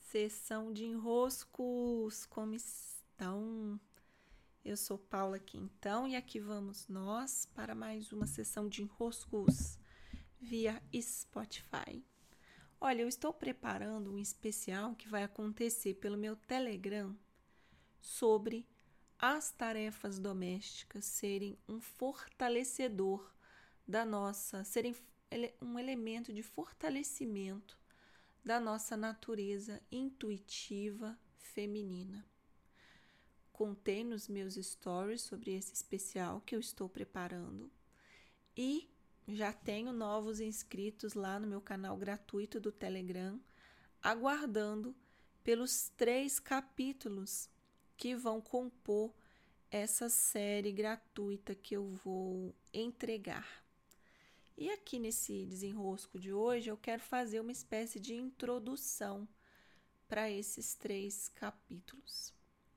Sessão de enroscos, como estão? Eu sou Paula Quintão e aqui vamos nós para mais uma sessão de enroscos via Spotify. Olha, eu estou preparando um especial que vai acontecer pelo meu Telegram sobre as tarefas domésticas serem um fortalecedor da nossa, serem um elemento de fortalecimento da nossa natureza intuitiva feminina. Contei nos meus stories sobre esse especial que eu estou preparando e já tenho novos inscritos lá no meu canal gratuito do Telegram, aguardando pelos 3 capítulos que vão compor essa série gratuita que eu vou entregar. E aqui nesse desenrosco de hoje eu quero fazer uma espécie de introdução para esses 3 capítulos.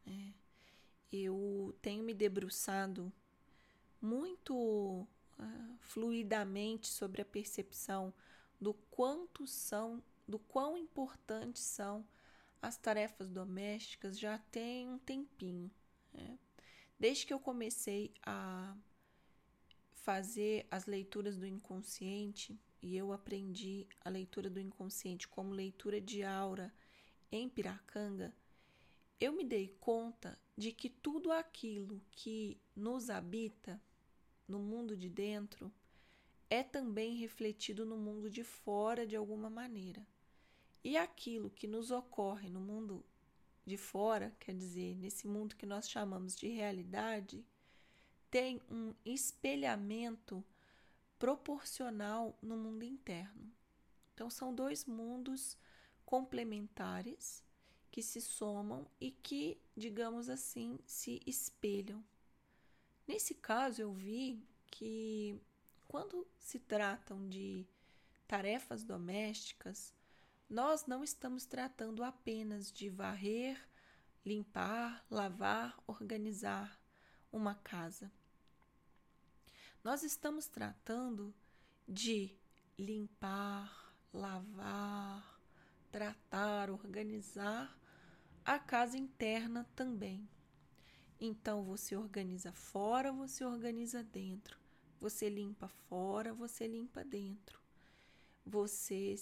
Eu tenho me debruçado muito fluidamente sobre a percepção do quão importantes são as tarefas domésticas já tem um tempinho. Desde que eu comecei a fazer as leituras do inconsciente, e eu aprendi a leitura do inconsciente como leitura de aura em Piracanga, eu me dei conta de que tudo aquilo que nos habita no mundo de dentro é também refletido no mundo de fora de alguma maneira. E aquilo que nos ocorre no mundo de fora, quer dizer, nesse mundo que nós chamamos de realidade, tem um espelhamento proporcional no mundo interno. Então, são 2 mundos complementares que se somam e que, digamos assim, se espelham. Nesse caso, eu vi que quando se tratam de tarefas domésticas, nós não estamos tratando apenas de varrer, limpar, lavar, organizar uma casa. Nós estamos tratando de limpar, lavar, tratar, organizar a casa interna também. Então, você organiza fora, você organiza dentro. Você limpa fora, você limpa dentro. Você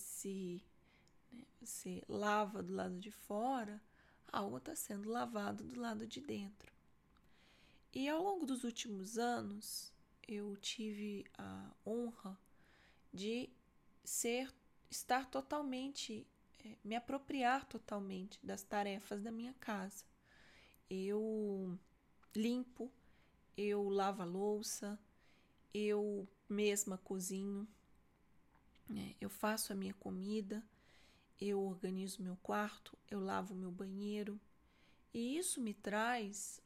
lava do lado de fora, a algo está sendo lavado do lado de dentro. E ao longo dos últimos anos, eu tive a honra de estar totalmente, me apropriar totalmente das tarefas da minha casa. Eu limpo, eu lavo a louça, eu mesma cozinho, eu faço a minha comida, eu organizo meu quarto, eu lavo meu banheiro. E isso me traz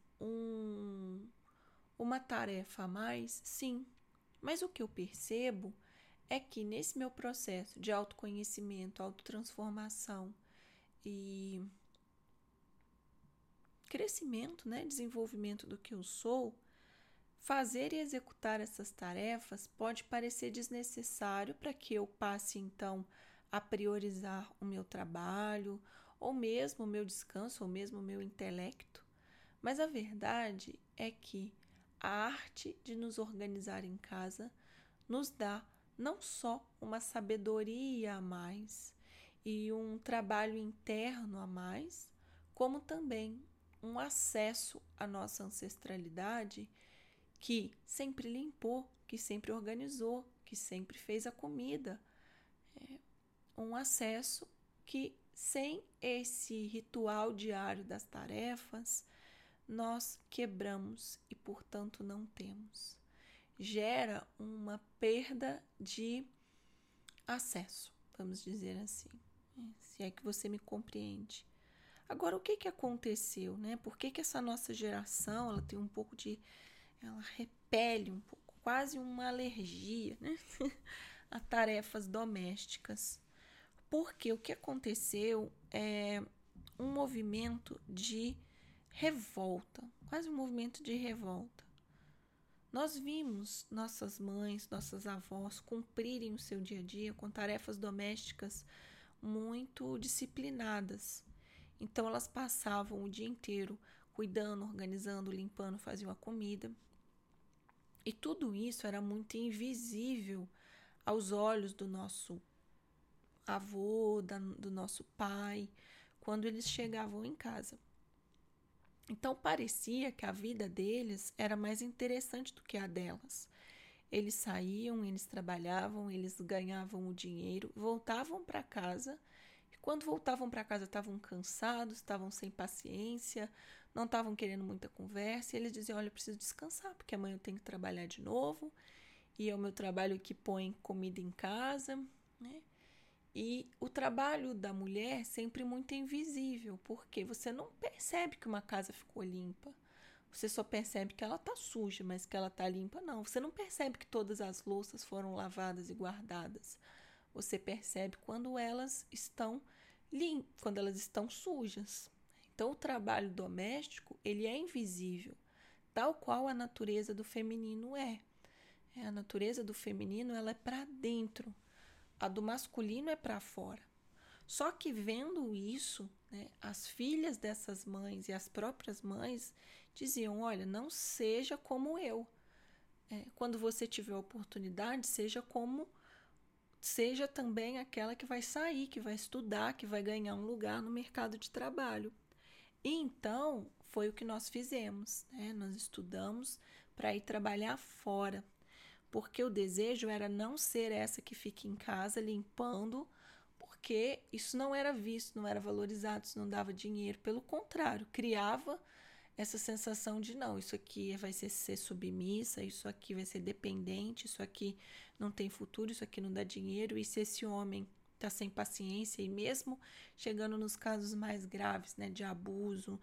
uma tarefa a mais, sim. Mas o que eu percebo é que nesse meu processo de autoconhecimento, autotransformação e crescimento, desenvolvimento do que eu sou, fazer e executar essas tarefas pode parecer desnecessário para que eu passe, então, a priorizar o meu trabalho, ou mesmo o meu descanso, ou mesmo o meu intelecto. Mas a verdade é que a arte de nos organizar em casa nos dá não só uma sabedoria a mais e um trabalho interno a mais, como também um acesso à nossa ancestralidade que sempre limpou, que sempre organizou, que sempre fez a comida. Um acesso que, sem esse ritual diário das tarefas, nós quebramos e, portanto, não temos. Gera uma perda de acesso, vamos dizer assim, se é que você me compreende. Agora, o que aconteceu, Por que essa nossa geração, ela tem um pouco de... ela repele um pouco, quase uma alergia, a tarefas domésticas? Porque o que aconteceu é um movimento de revolta, quase um movimento de revolta. Nós vimos nossas mães, nossas avós cumprirem o seu dia a dia com tarefas domésticas muito disciplinadas. Então elas passavam o dia inteiro cuidando, organizando, limpando, faziam a comida. E tudo isso era muito invisível aos olhos do nosso avô, do nosso pai, quando eles chegavam em casa. Então parecia que a vida deles era mais interessante do que a delas. Eles saíam, eles trabalhavam, eles ganhavam o dinheiro, voltavam para casa. E quando voltavam para casa estavam cansados, estavam sem paciência, não estavam querendo muita conversa. E eles diziam: olha, eu preciso descansar, porque amanhã eu tenho que trabalhar de novo. E é o meu trabalho que põe comida em casa, né? E o trabalho da mulher sempre muito invisível, porque você não percebe que uma casa ficou limpa. Você só percebe que ela está suja, mas que ela está limpa, não. Você não percebe que todas as louças foram lavadas e guardadas. Você percebe quando elas estão limpas, quando elas estão sujas. Então, o trabalho doméstico, ele é invisível, tal qual a natureza do feminino é. A natureza do feminino, ela é para dentro. A do masculino é para fora. Só que vendo isso, né, as filhas dessas mães e as próprias mães diziam: olha, não seja como eu. Quando você tiver a oportunidade, seja também aquela que vai sair, que vai estudar, que vai ganhar um lugar no mercado de trabalho. E então foi o que nós fizemos, né? Nós estudamos para ir trabalhar fora, porque o desejo era não ser essa que fica em casa limpando, porque isso não era visto, não era valorizado, isso não dava dinheiro. Pelo contrário, criava essa sensação de não, isso aqui vai ser submissa, isso aqui vai ser dependente, isso aqui não tem futuro, isso aqui não dá dinheiro. E se esse homem está sem paciência, e mesmo chegando nos casos mais graves, né, de abuso,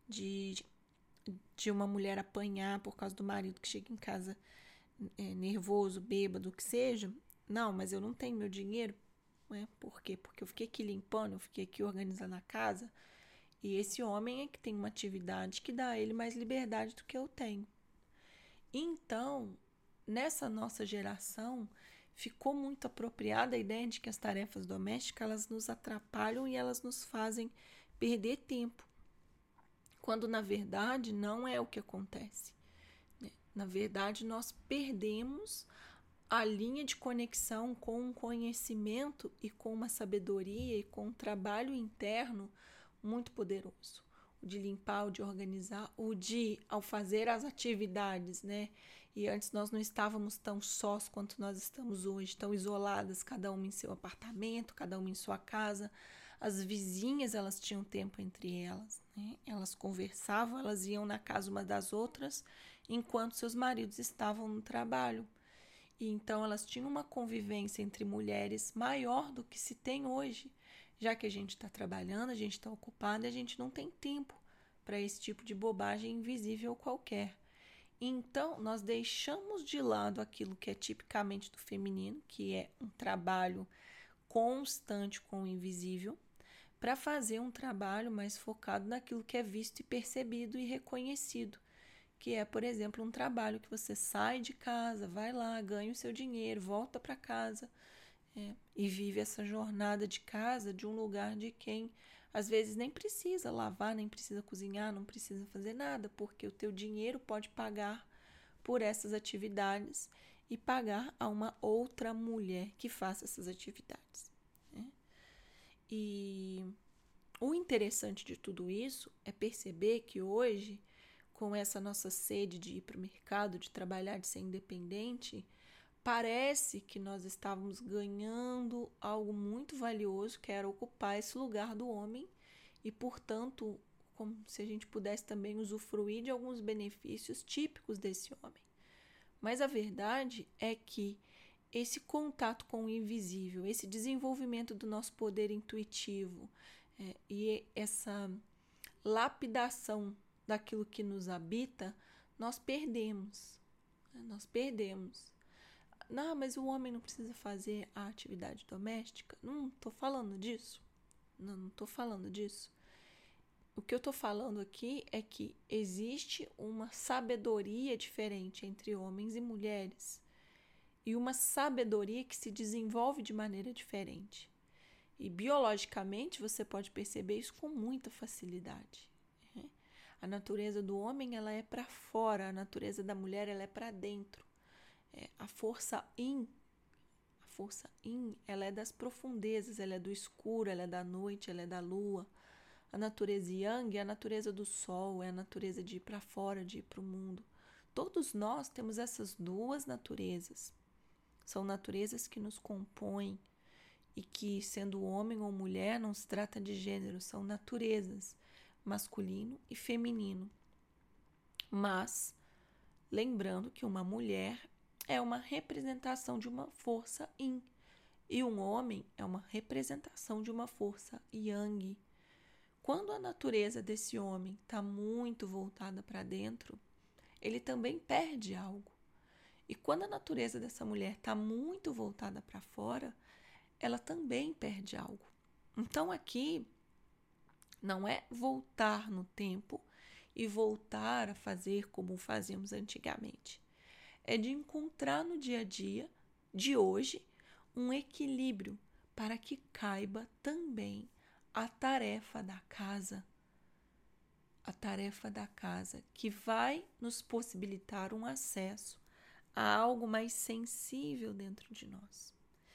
de uma mulher apanhar por causa do marido que chega em casa nervoso, bêbado, o que seja, não, mas eu não tenho meu dinheiro. Por quê? Porque eu fiquei aqui limpando, eu fiquei aqui organizando a casa. E esse homem é que tem uma atividade que dá a ele mais liberdade do que eu tenho. Então, nessa nossa geração, ficou muito apropriada a ideia de que as tarefas domésticas elas nos atrapalham e elas nos fazem perder tempo. Quando, na verdade, não é o que acontece. Na verdade, nós perdemos a linha de conexão com um conhecimento e com uma sabedoria e com um trabalho interno muito poderoso. O de limpar, o de organizar, o de, ao fazer as atividades, né? E antes nós não estávamos tão sós quanto nós estamos hoje, tão isoladas, cada uma em seu apartamento, cada uma em sua casa. As vizinhas, elas tinham tempo entre elas, né? Elas conversavam, elas iam na casa uma das outras, enquanto seus maridos estavam no trabalho. E então elas tinham uma convivência entre mulheres maior do que se tem hoje, já que a gente está trabalhando, a gente está ocupado e a gente não tem tempo para esse tipo de bobagem invisível qualquer. Então, nós deixamos de lado aquilo que é tipicamente do feminino, que é um trabalho constante com o invisível, para fazer um trabalho mais focado naquilo que é visto e percebido e reconhecido, que é, por exemplo, um trabalho que você sai de casa, vai lá, ganha o seu dinheiro, volta para casa e vive essa jornada de casa de um lugar de quem às vezes nem precisa lavar, nem precisa cozinhar, não precisa fazer nada, porque o teu dinheiro pode pagar por essas atividades e pagar a uma outra mulher que faça essas atividades. Né? E o interessante de tudo isso é perceber que hoje, com essa nossa sede de ir para o mercado, de trabalhar, de ser independente, parece que nós estávamos ganhando algo muito valioso, que era ocupar esse lugar do homem e, portanto, como se a gente pudesse também usufruir de alguns benefícios típicos desse homem. Mas a verdade é que esse contato com o invisível, esse desenvolvimento do nosso poder intuitivo e essa lapidação daquilo que nos habita, nós perdemos. Nós perdemos. Não, mas o homem não precisa fazer a atividade doméstica? Não estou falando disso. Não estou falando disso. O que eu estou falando aqui é que existe uma sabedoria diferente entre homens e mulheres. E uma sabedoria que se desenvolve de maneira diferente. E biologicamente você pode perceber isso com muita facilidade. Né? A natureza do homem ela é para fora, a natureza da mulher ela é para dentro. A força yin, ela é das profundezas, ela é do escuro, ela é da noite, ela é da lua. A natureza yang é a natureza do sol, é a natureza de ir para fora, de ir para o mundo. Todos nós temos essas duas naturezas. São naturezas que nos compõem e que, sendo homem ou mulher, não se trata de gênero, são naturezas, masculino e feminino. Mas, lembrando que uma mulher é uma representação de uma força yin e um homem é uma representação de uma força yang. Quando a natureza desse homem está muito voltada para dentro, ele também perde algo. E quando a natureza dessa mulher está muito voltada para fora, ela também perde algo. Então aqui não é voltar no tempo e voltar a fazer como fazíamos antigamente. É de encontrar no dia a dia de hoje um equilíbrio para que caiba também a tarefa da casa. A tarefa da casa que vai nos possibilitar um acesso a algo mais sensível dentro de nós.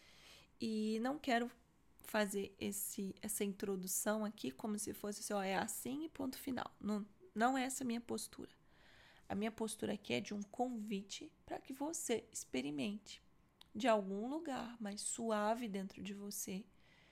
E não quero fazer essa introdução aqui como se fosse assim, é assim e ponto final. Não é essa a minha postura. A minha postura aqui é de um convite para que você experimente de algum lugar mais suave dentro de você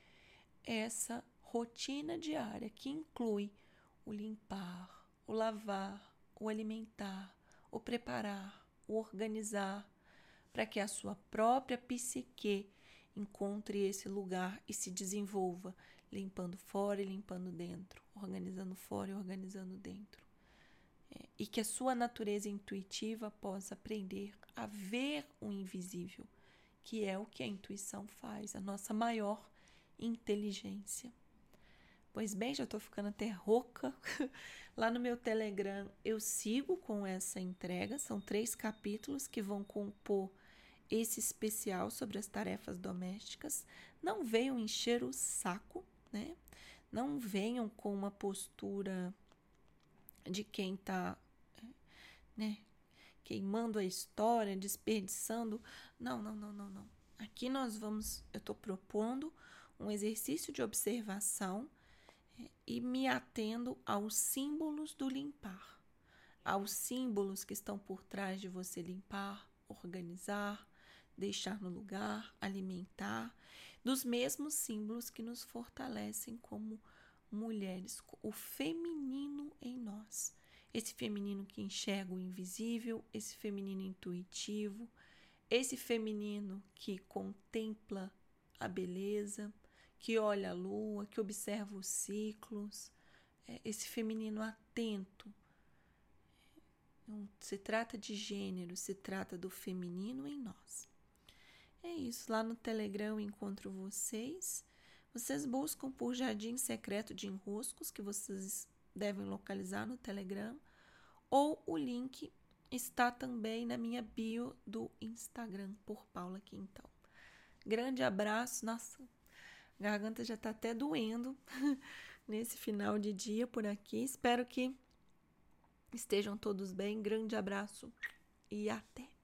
essa rotina diária que inclui o limpar, o lavar, o alimentar, o preparar, o organizar, para que a sua própria psique encontre esse lugar e se desenvolva, limpando fora e limpando dentro, organizando fora e organizando dentro. E que a sua natureza intuitiva possa aprender a ver o invisível, que é o que a intuição faz, a nossa maior inteligência. Pois bem, já estou ficando até rouca. Lá no meu Telegram eu sigo com essa entrega, são 3 capítulos que vão compor esse especial sobre as tarefas domésticas. Não venham encher o saco, né? Não venham com uma postura de quem está, né, queimando a história, desperdiçando. Não. Aqui eu estou propondo um exercício de observação e me atendo aos símbolos do limpar, aos símbolos que estão por trás de você limpar, organizar, deixar no lugar, alimentar, dos mesmos símbolos que nos fortalecem como mulheres, o feminino em nós. Esse feminino que enxerga o invisível, esse feminino intuitivo, esse feminino que contempla a beleza, que olha a lua, que observa os ciclos, esse feminino atento. Não se trata de gênero, se trata do feminino em nós. É isso, lá no Telegram eu encontro vocês. Vocês buscam por Jardim Secreto de Enroscos, que vocês devem localizar no Telegram, ou o link está também na minha bio do Instagram, por Paula Quintão. Grande abraço, nossa, a garganta já está até doendo nesse final de dia por aqui. Espero que estejam todos bem. Grande abraço e até!